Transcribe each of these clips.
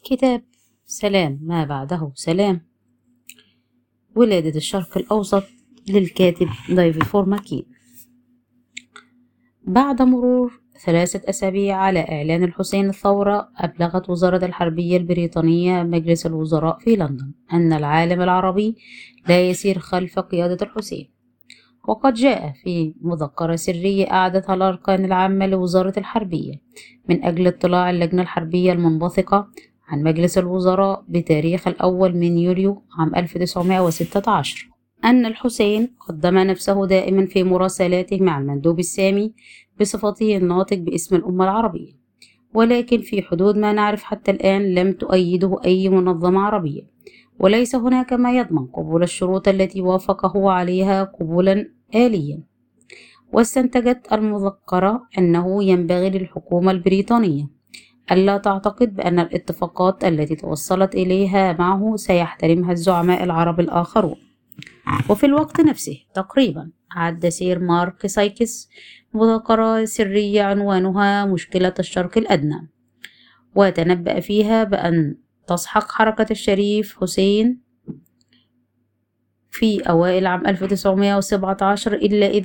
كتاب سلام ما بعده سلام، ولادة الشرق الأوسط للكاتب ديفيد فورماكين. بعد مرور 3 أسابيع على إعلان الحسين الثورة، أبلغت وزارة الحربية البريطانية مجلس الوزراء في لندن أن العالم العربي لا يسير خلف قيادة الحسين. وقد جاء في مذكرة سرية أعدتها الأركان العامة لوزارة الحربية من أجل اطلاع اللجنة الحربية المنبثقة عن مجلس الوزراء بتاريخ 1 من يوليو عام 1916 أن الحسين قدم نفسه دائما في مراسلاته مع المندوب السامي بصفته الناطق باسم الأمة العربية، ولكن في حدود ما نعرف حتى الآن لم تؤيده أي منظمة عربية، وليس هناك ما يضمن قبول الشروط التي وافقه عليها قبولا آليا. واستنتجت المذكرة أنه ينبغي للحكومة البريطانية ألا تعتقد بأن الاتفاقات التي توصلت إليها معه سيحترمها الزعماء العرب الآخرون. وفي الوقت نفسه تقريبا أعد سير مارك سايكس مذكرة سرية عنوانها مشكلة الشرق الأدنى، وتنبأ فيها بأن تسحق حركة الشريف حسين في أوائل عام 1917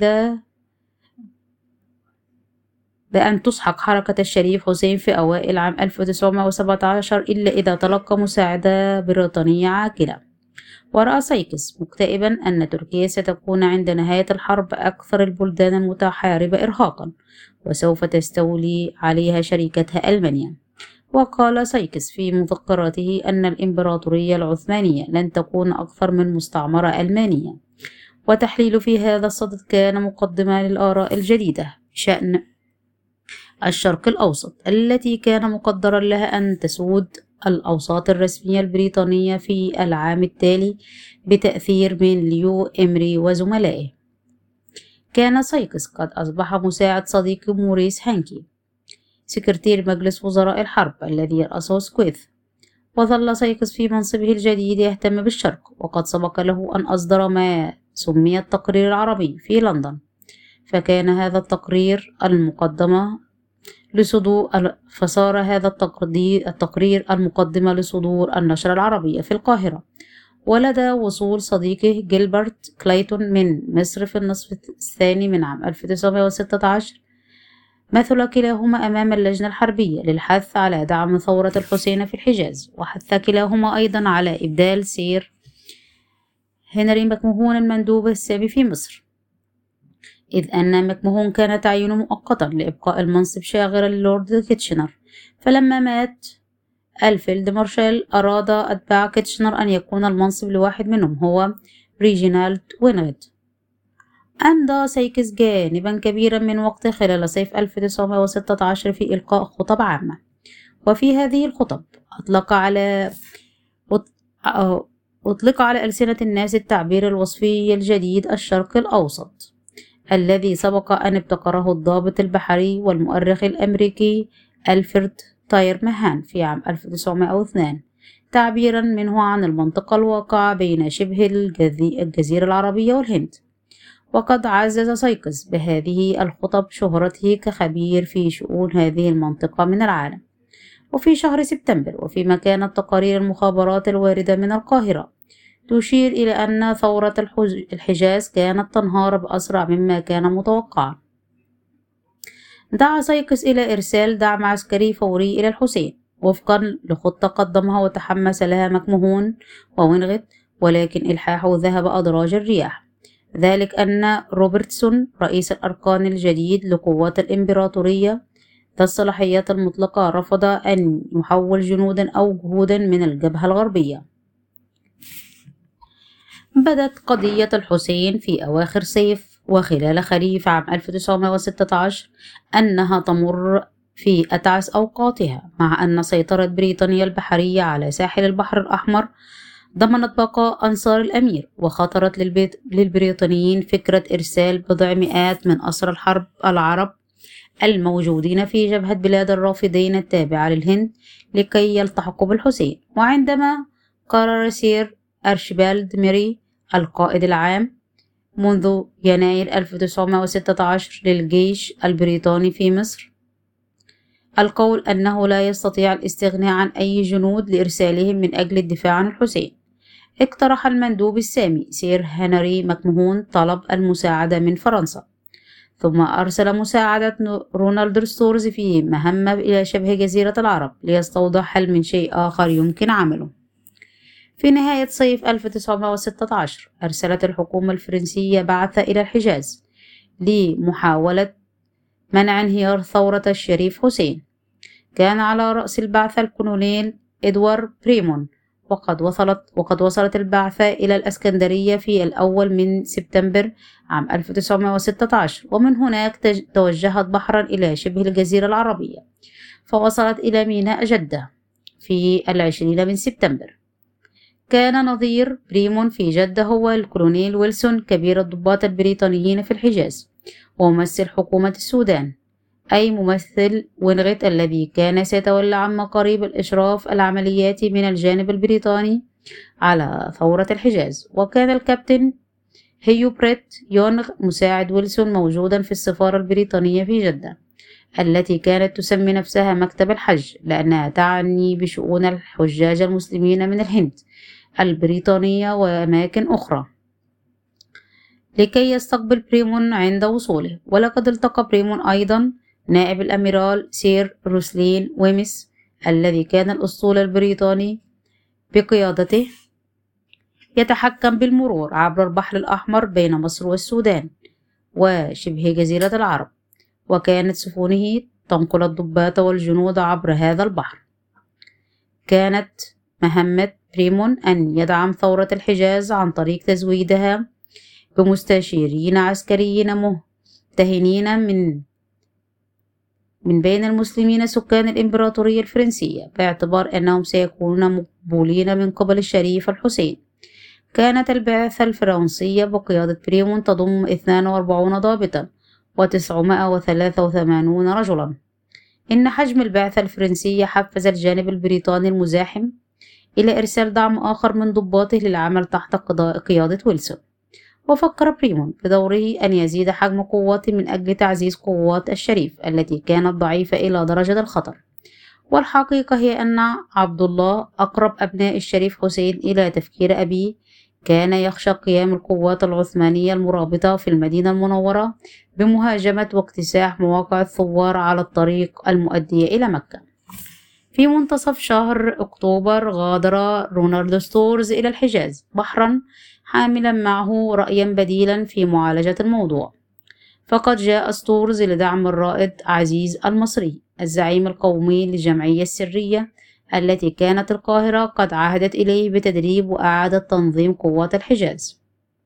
إلا إذا تلقى مساعدة بريطانية عاجلة. ورأى سايكس مكتئبا أن تركيا ستكون عند نهاية الحرب أكثر البلدان المتحاربة إرهاقا، وسوف تستولي عليها شريكتها ألمانيا. وقال سايكس في مذكراته أن الإمبراطورية العثمانية لن تكون أكثر من مستعمرة ألمانية. وتحليل في هذا الصدد كان مقدمة للآراء الجديدة بشأن الشرق الأوسط التي كان مقدرا لها أن تسود الأوساط الرسمية البريطانية في العام التالي بتأثير من ليو إمري وزملائه. كان سايكس قد أصبح مساعد صديق موريس هانكي سكرتير مجلس وزراء الحرب الذي يرأسه سكويث. وظل سايكس في منصبه الجديد يهتم بالشرق، وقد سبق له أن أصدر ما سمي التقرير العربي في لندن، فكان هذا التقرير فصار هذا التقرير المقدمة لصدور النشرة العربية في القاهرة. ولدى وصول صديقه جيلبرت كلايتون من مصر في النصف الثاني من عام 1916 مثل كلاهما أمام اللجنة الحربية للحث على دعم ثورة الحسين في الحجاز، وحث كلاهما أيضا على إبدال سير هنري مكمهون المندوب السامي في مصر، إذ أن مكمهون كان تعيينه مؤقتا لإبقاء المنصب شاغرا للورد كيتشنر. فلما مات الفيلد مارشال أراد أتباع كيتشنر أن يكون المنصب لواحد منهم هو ريجينالد وينغيت. أمضى سايكس جانبا كبيرا من وقته خلال صيف 1916 في إلقاء خطب عامة، وفي هذه الخطب أطلق على ألسنة الناس التعبير الوصفي الجديد الشرق الأوسط الذي سبق أن ابتكره الضابط البحري والمؤرخ الأمريكي ألفرد تاير ماهان في عام 1902، تعبيرا منه عن المنطقة الواقعة بين شبه الجزيرة العربية والهند. وقد عزز سايكس بهذه الخطب شهرته كخبير في شؤون هذه المنطقة من العالم. وفي شهر سبتمبر، وفيما كانت تقارير المخابرات الواردة من القاهرة تشير إلى أن ثورة الحجاز كانت تنهار بأسرع مما كان متوقعا، دعا سايكس إلى إرسال دعم عسكري فوري إلى الحسين وفقا لخطة قدمها وتحمس لها مكمهون ووينغيت، ولكن إلحاحه ذهب أدراج الرياح. ذلك أن روبرتسون رئيس الأركان الجديد لقوات الإمبراطورية ذا الصلاحيات المطلقة رفض أن يحول جنودا أو جهودا من الجبهة الغربية. بدت قضية الحسين في أواخر صيف وخلال خريف عام 1916 أنها تمر في أتعس أوقاتها، مع أن سيطرة بريطانيا البحرية على ساحل البحر الأحمر ضمنت بقاء أنصار الأمير، وخطرت للبريطانيين فكرة إرسال بضع مئات من أسرى الحرب العرب الموجودين في جبهة بلاد الرافدين التابعة للهند لكي يلتحقوا بالحسين. وعندما قرر سير أرشبالد ميري القائد العام منذ يناير 1916 للجيش البريطاني في مصر القول أنه لا يستطيع الاستغناء عن أي جنود لإرسالهم من أجل الدفاع عن الحسين. اقترح المندوب السامي سير هنري مكمهون طلب المساعدة من فرنسا، ثم أرسل مساعدة رونالد ستورز في مهمة إلى شبه جزيرة العرب ليستوضح هل من شيء آخر يمكن عمله. في نهاية صيف 1916 أرسلت الحكومة الفرنسية بعثة إلى الحجاز لمحاولة منع انهيار ثورة الشريف حسين. كان على رأس البعثة الكولونيل إدوار بريمون. وقد وصلت البعثة إلى الإسكندرية في الأول من سبتمبر عام 1916، ومن هناك توجهت بحرا إلى شبه الجزيرة العربية، فوصلت إلى ميناء جدة في 20 من سبتمبر. كان نظير بريمون في جدة هو الكولونيل ويلسون كبير الضباط البريطانيين في الحجاز وممثل حكومة السودان، أي ممثل وينغيت الذي كان سيتولى عن مقاريب الإشراف العملياتي من الجانب البريطاني على ثورة الحجاز. وكان الكابتن هيو بريت يونغ مساعد ويلسون موجودا في السفارة البريطانية في جدة، التي كانت تسمي نفسها مكتب الحج لأنها تعني بشؤون الحجاج المسلمين من الهند البريطانية وأماكن أخرى، لكي يستقبل بريمون عند وصوله. ولقد التقى بريمون أيضا نائب الأميرال سير روسلين ويمس الذي كان الأسطول البريطاني بقيادته يتحكم بالمرور عبر البحر الأحمر بين مصر والسودان وشبه جزيرة العرب، وكانت سفنه تنقل الضباط والجنود عبر هذا البحر. كانت مهمة بريمون أن يدعم ثورة الحجاز عن طريق تزويدها بمستشارين عسكريين مهتهنين من بين المسلمين سكان الإمبراطورية الفرنسية، باعتبار أنهم سيكونون مقبولين من قبل الشريف الحسين. كانت البعثة الفرنسية بقيادة بريمون تضم 42 ضابطا و983 رجلا. إن حجم البعثة الفرنسية حفز الجانب البريطاني المزاحم إلى إرسال دعم آخر من ضباطه للعمل تحت قيادة ويلسون. وفكر بريمون بدوره أن يزيد حجم قواته من أجل تعزيز قوات الشريف التي كانت ضعيفة إلى درجة الخطر. والحقيقة هي أن عبد الله أقرب أبناء الشريف حسين إلى تفكير أبيه كان يخشى قيام القوات العثمانية المرابطة في المدينة المنورة بمهاجمة واكتساح مواقع الثوار على الطريق المؤدية إلى مكة. في منتصف شهر أكتوبر غادر رونالد ستورز إلى الحجاز بحرا حاملا معه رأيا بديلا في معالجة الموضوع. فقد جاء ستورز لدعم الرائد عزيز المصري الزعيم القومي للجمعية السرية التي كانت القاهرة قد عهدت إليه بتدريب وإعادة تنظيم قوات الحجاز.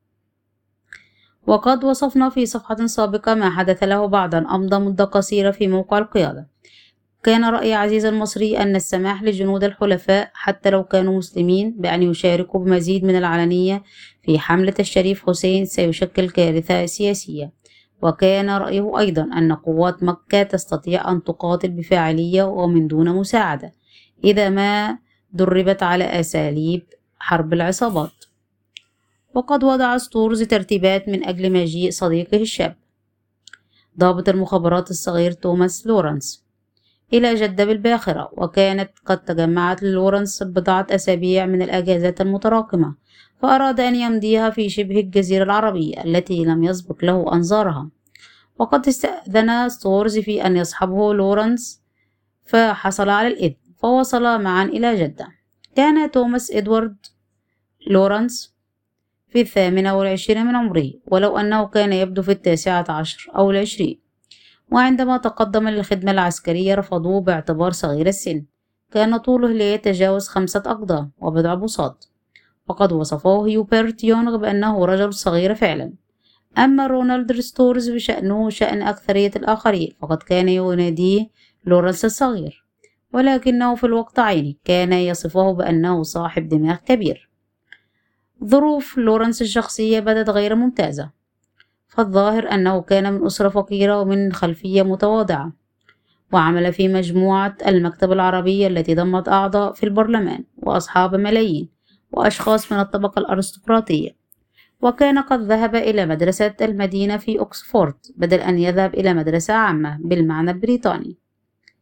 وقد وصفنا في صفحة سابقة ما حدث له بعد أن أمضى مدة قصيرة في موقع القيادة. كان رأي عزيز المصري أن السماح لجنود الحلفاء حتى لو كانوا مسلمين بأن يشاركوا بمزيد من العلنية في حملة الشريف حسين سيشكل كارثة سياسية. وكان رأيه أيضا أن قوات مكة تستطيع أن تقاتل بفاعلية ومن دون مساعدة إذا ما دربت على أساليب حرب العصابات. وقد وضع ستورز ترتيبات من أجل مجيء صديقه الشاب ضابط المخابرات الصغير توماس لورنس إلى جدة بالباخرة. وكانت قد تجمعت لورنس بضعة أسابيع من الأجازات المتراكمة، فأراد أن يمضيها في شبه الجزيرة العربية التي لم يسبق له أن زارها. وقد استأذن ستورز في أن يصحبه لورنس فحصل على الإذن، فوصلا معا إلى جدة. كان توماس إدوارد لورنس في 28 من عمره، ولو أنه كان يبدو في 19 أو 20. وعندما تقدم للخدمة العسكرية رفضوه باعتبار صغير السن. كان طوله لا يتجاوز 5 أقدام وبضع بساط. وقد وصفه هيوبرت يونغ بأنه رجل صغير فعلا. أما رونالد ستورز بشأنه شأن أكثرية الآخرين، فقد كان يناديه لورنس الصغير، ولكنه في الوقت عينه كان يصفه بأنه صاحب دماغ كبير. ظروف لورنس الشخصية بدت غير ممتازة، فالظاهر أنه كان من أسرة فقيرة ومن خلفية متواضعة، وعمل في مجموعة المكتب العربي التي ضمت أعضاء في البرلمان وأصحاب ملايين وأشخاص من الطبقة الأرستقراطية. وكان قد ذهب إلى مدرسة المدينة في أكسفورد بدل أن يذهب إلى مدرسة عامة بالمعنى البريطاني.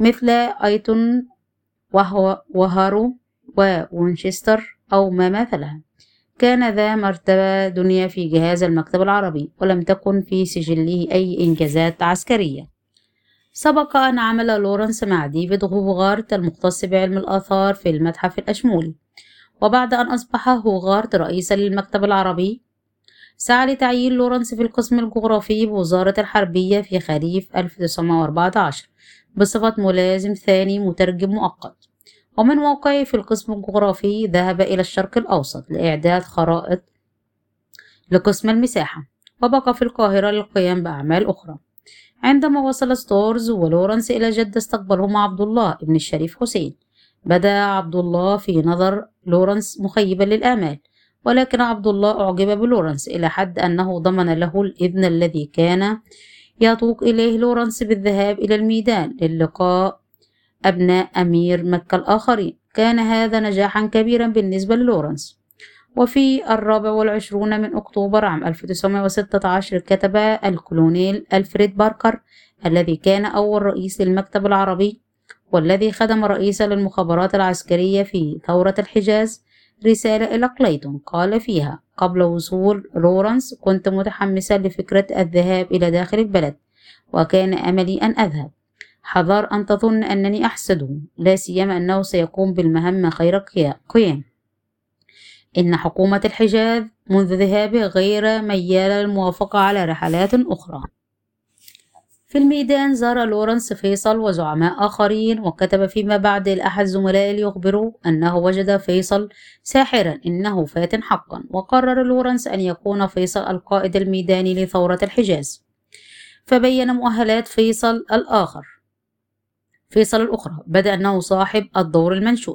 مثل أيتون وهارو ووينشستر أو ما مثلها. كان ذا مرتبة دنيا في جهاز المكتب العربي، ولم تكن في سجله أي إنجازات عسكرية. سبق أن عمل لورنس مع ديفيد هوغارت المختص بعلم الآثار في المتحف الأشمولي، وبعد أن أصبح هوغارت رئيسا للمكتب العربي سعى لتعيين لورنس في القسم الجغرافي بوزارة الحربية في خريف 1914 بصفة ملازم ثاني مترجم مؤقت. ومن موقعه في القسم الجغرافي ذهب إلى الشرق الأوسط لإعداد خرائط لقسم المساحة، وبقى في القاهرة للقيام بأعمال أخرى. عندما وصل ستورز ولورنس إلى جدة استقبلهما عبد الله ابن الشريف حسين. بدأ عبد الله في نظر لورنس مخيبا للآمال، ولكن عبد الله أعجب بلورنس إلى حد أنه ضمن له الإذن الذي كان يتوق إليه لورنس بالذهاب إلى الميدان للقاء أبناء أمير مكة الآخرين. كان هذا نجاحا كبيرا بالنسبة للورنس. وفي 24 من أكتوبر عام 1916 كتب الكولونيل ألفريد باركر الذي كان أول رئيس للمكتب العربي والذي خدم رئيسا للمخابرات العسكرية في ثورة الحجاز رسالة إلى كليتون قال فيها: قبل وصول لورنس كنت متحمسا لفكرة الذهاب إلى داخل البلد، وكان أملي أن أذهب. حذر أن تظن أنني أحسده، لا سيما أنه سيقوم بالمهمة خير قيام. إن حكومة الحجاز منذ ذهابه غير ميالة للموافقة على رحلات أخرى. في الميدان زار لورنس فيصل وزعماء آخرين، وكتب فيما بعد لأحد زملائه ليخبره أنه وجد فيصل ساحرا إنه فات حقا. وقرر لورنس أن يكون فيصل القائد الميداني لثورة الحجاز، فبين مؤهلات فيصل الأخرى بدأ أنه صاحب الدور المنشود.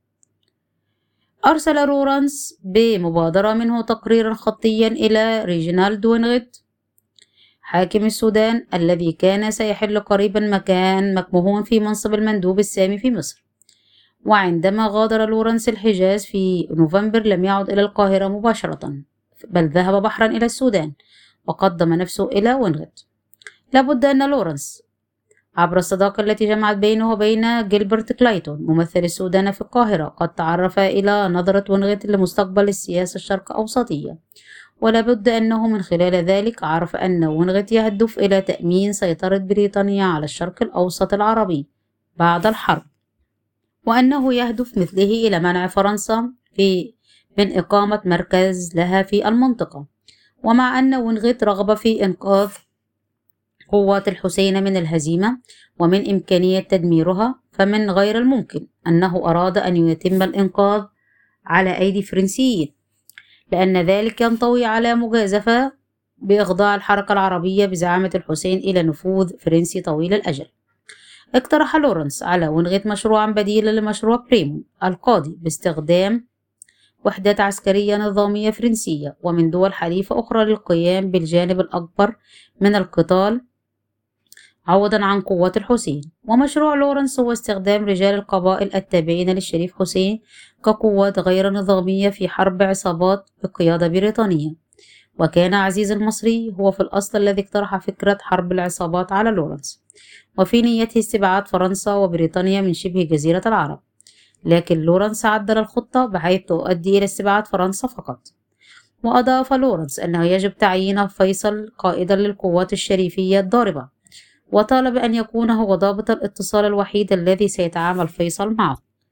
أرسل لورنس بمبادرة منه تقريرا خطيا إلى ريجينالد وينغيت حاكم السودان الذي كان سيحل قريبا مكان مكمهون في منصب المندوب السامي في مصر. وعندما غادر لورنس الحجاز في نوفمبر لم يعد إلى القاهرة مباشرة، بل ذهب بحرا إلى السودان وقدم نفسه إلى وينغيت. لابد أن لورنس عبر الصداقة التي جمعت بينه وبين جيلبرت كلايتون ممثل السودان في القاهرة قد تعرف إلى نظرة وينغيت لمستقبل السياسة الشرق أوسطية، ولابد أنه من خلال ذلك عرف أن وينغيت يهدف إلى تأمين سيطرة بريطانيا على الشرق الأوسط العربي بعد الحرب، وأنه يهدف مثله إلى منع فرنسا من إقامة مركز لها في المنطقة. ومع أن وينغيت رغب في إنقاذ قوات الحسين من الهزيمة ومن إمكانية تدميرها، فمن غير الممكن أنه أراد أن يتم الإنقاذ على أيدي فرنسيين، لأن ذلك ينطوي على مجازفة بإخضاع الحركة العربية بزعامة الحسين إلى نفوذ فرنسي طويل الأجل. اقترح لورنس على وينغيت مشروعا بديلا لمشروع بريمون القاضي باستخدام وحدات عسكرية نظامية فرنسية ومن دول حليفة أخرى للقيام بالجانب الأكبر من القتال عوضا عن قوات الحسين. ومشروع لورنس هو استخدام رجال القبائل التابعين للشريف حسين كقوات غير نظامية في حرب عصابات بقيادة بريطانية. وكان عزيز المصري هو في الأصل الذي اقترح فكرة حرب العصابات على لورنس، وفي نيته استبعاد فرنسا وبريطانيا من شبه جزيرة العرب، لكن لورنس عدل الخطة بحيث تؤدي إلى استبعاد فرنسا فقط. وأضاف لورنس أنه يجب تعيين فيصل قائدا للقوات الشريفية الضاربة، وطالب أن يكون هو ضابط الاتصال الوحيد الذي سيتعامل فيصل معه.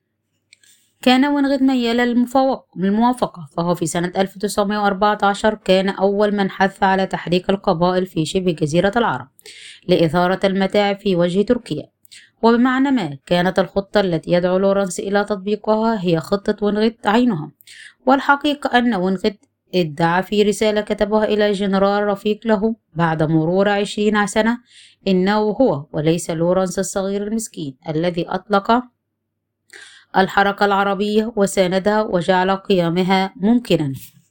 كان وينغيت ميالا للموافقة، فهو في سنة 1914 كان أول من حث على تحريك القبائل في شبه جزيرة العرب لإثارة المتاعب في وجه تركيا. وبمعنى ما كانت الخطة التي يدعو لورنس إلى تطبيقها هي خطة وينغيت عينها. والحقيقة أن وينغيت ادعى في رسالة كتبها إلى جنرال رفيق له بعد مرور 20 سنة إنه هو وليس لورنس الصغير المسكين الذي أطلق الحركة العربية وساندها وجعل قيامها ممكنا.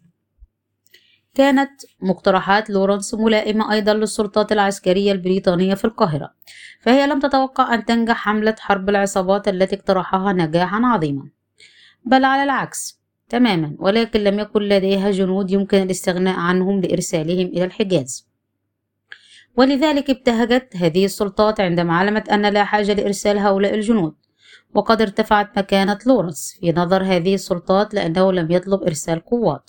كانت مقترحات لورنس ملائمة أيضا للسلطات العسكرية البريطانية في القاهرة، فهي لم تتوقع أن تنجح حملة حرب العصابات التي اقترحها نجاحا عظيما، بل على العكس تماما، ولكن لم يكن لديها جنود يمكن الاستغناء عنهم لإرسالهم إلى الحجاز. ولذلك ابتهجت هذه السلطات عندما علمت أن لا حاجة لإرسال هؤلاء الجنود، وقد ارتفعت مكانة لورنس في نظر هذه السلطات لأنه لم يطلب إرسال قوات.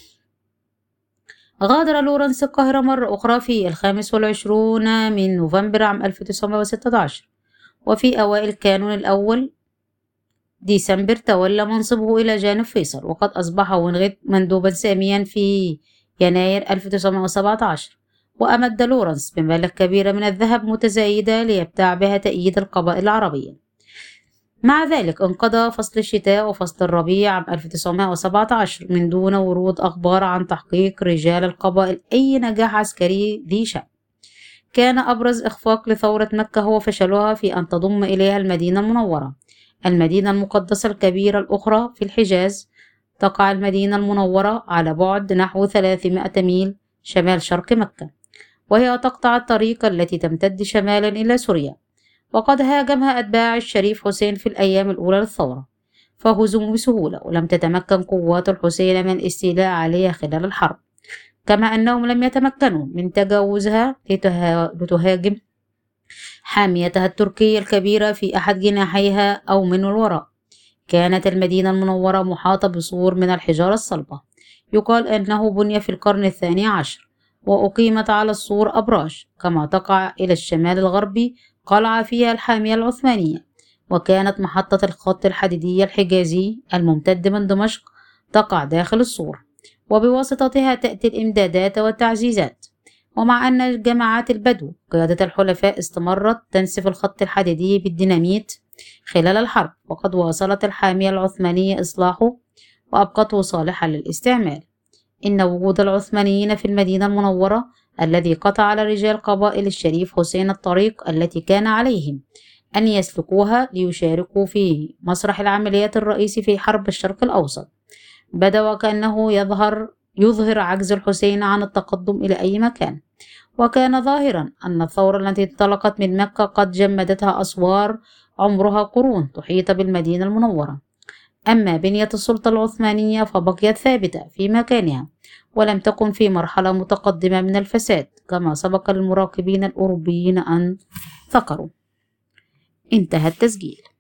غادر لورنس القاهرة مرة أخرى في 25 من نوفمبر عام 1916، وفي أوائل كانون الأول ديسمبر تولى منصبه إلى جانب فيصل، وقد أصبح وينغيت مندوبا ساميا في يناير 1917، وأمد لورنس بمبالغ كبيرة من الذهب متزايدة ليبتاع بها تأييد القبائل العربية. مع ذلك انقضى فصل الشتاء وفصل الربيع عام 1917 من دون ورود أخبار عن تحقيق رجال القبائل أي نجاح عسكري ذي شأن. كان أبرز إخفاق لثورة مكة هو فشلها في أن تضم إليها المدينة المنورة، المدينة المقدسة الكبيرة الأخرى في الحجاز. تقع المدينة المنورة على بعد نحو 300 ميل شمال شرق مكة، وهي تقطع الطريق التي تمتد شمالا إلى سوريا، وقد هاجمها أتباع الشريف حسين في الأيام الأولى للثورة، فهزموا بسهولة، ولم تتمكن قوات الحسين من الاستيلاء عليها خلال الحرب، كما أنهم لم يتمكنوا من تجاوزها لتهاجم حاميتها التركية الكبيرة في أحد جناحيها أو من الوراء. كانت المدينة المنورة محاطة بسور من الحجارة الصلبة، يقال أنه بني في القرن ال12، وأقيمت على السور أبراج. كما تقع إلى الشمال الغربي قلعة فيها الحامية العثمانية، وكانت محطة الخط الحديدي الحجازي الممتد من دمشق تقع داخل السور، وبواسطتها تأتي الإمدادات والتعزيزات. ومع أن جماعات البدو قيادة الحلفاء استمرت تنسف الخط الحديدي بالديناميت خلال الحرب، وقد واصلت الحامية العثمانية إصلاحه وأبقته صالحا للاستعمال. إن وجود العثمانيين في المدينة المنورة الذي قطع على رجال قبائل الشريف حسين الطريق التي كان عليهم أن يسلكوها ليشاركوا في مسرح العمليات الرئيسي في حرب الشرق الأوسط، بدا وكأنه يظهر عجز الحسين عن التقدم إلى أي مكان. وكان ظاهرا أن الثورة التي انطلقت من مكة قد جمدتها أسوار عمرها قرون تحيط بالمدينة المنورة. أما بنية السلطة العثمانية فبقيت ثابتة في مكانها، ولم تكن في مرحلة متقدمة من الفساد كما سبق للمراقبين الأوروبيين أن ذكروا. انتهى التسجيل.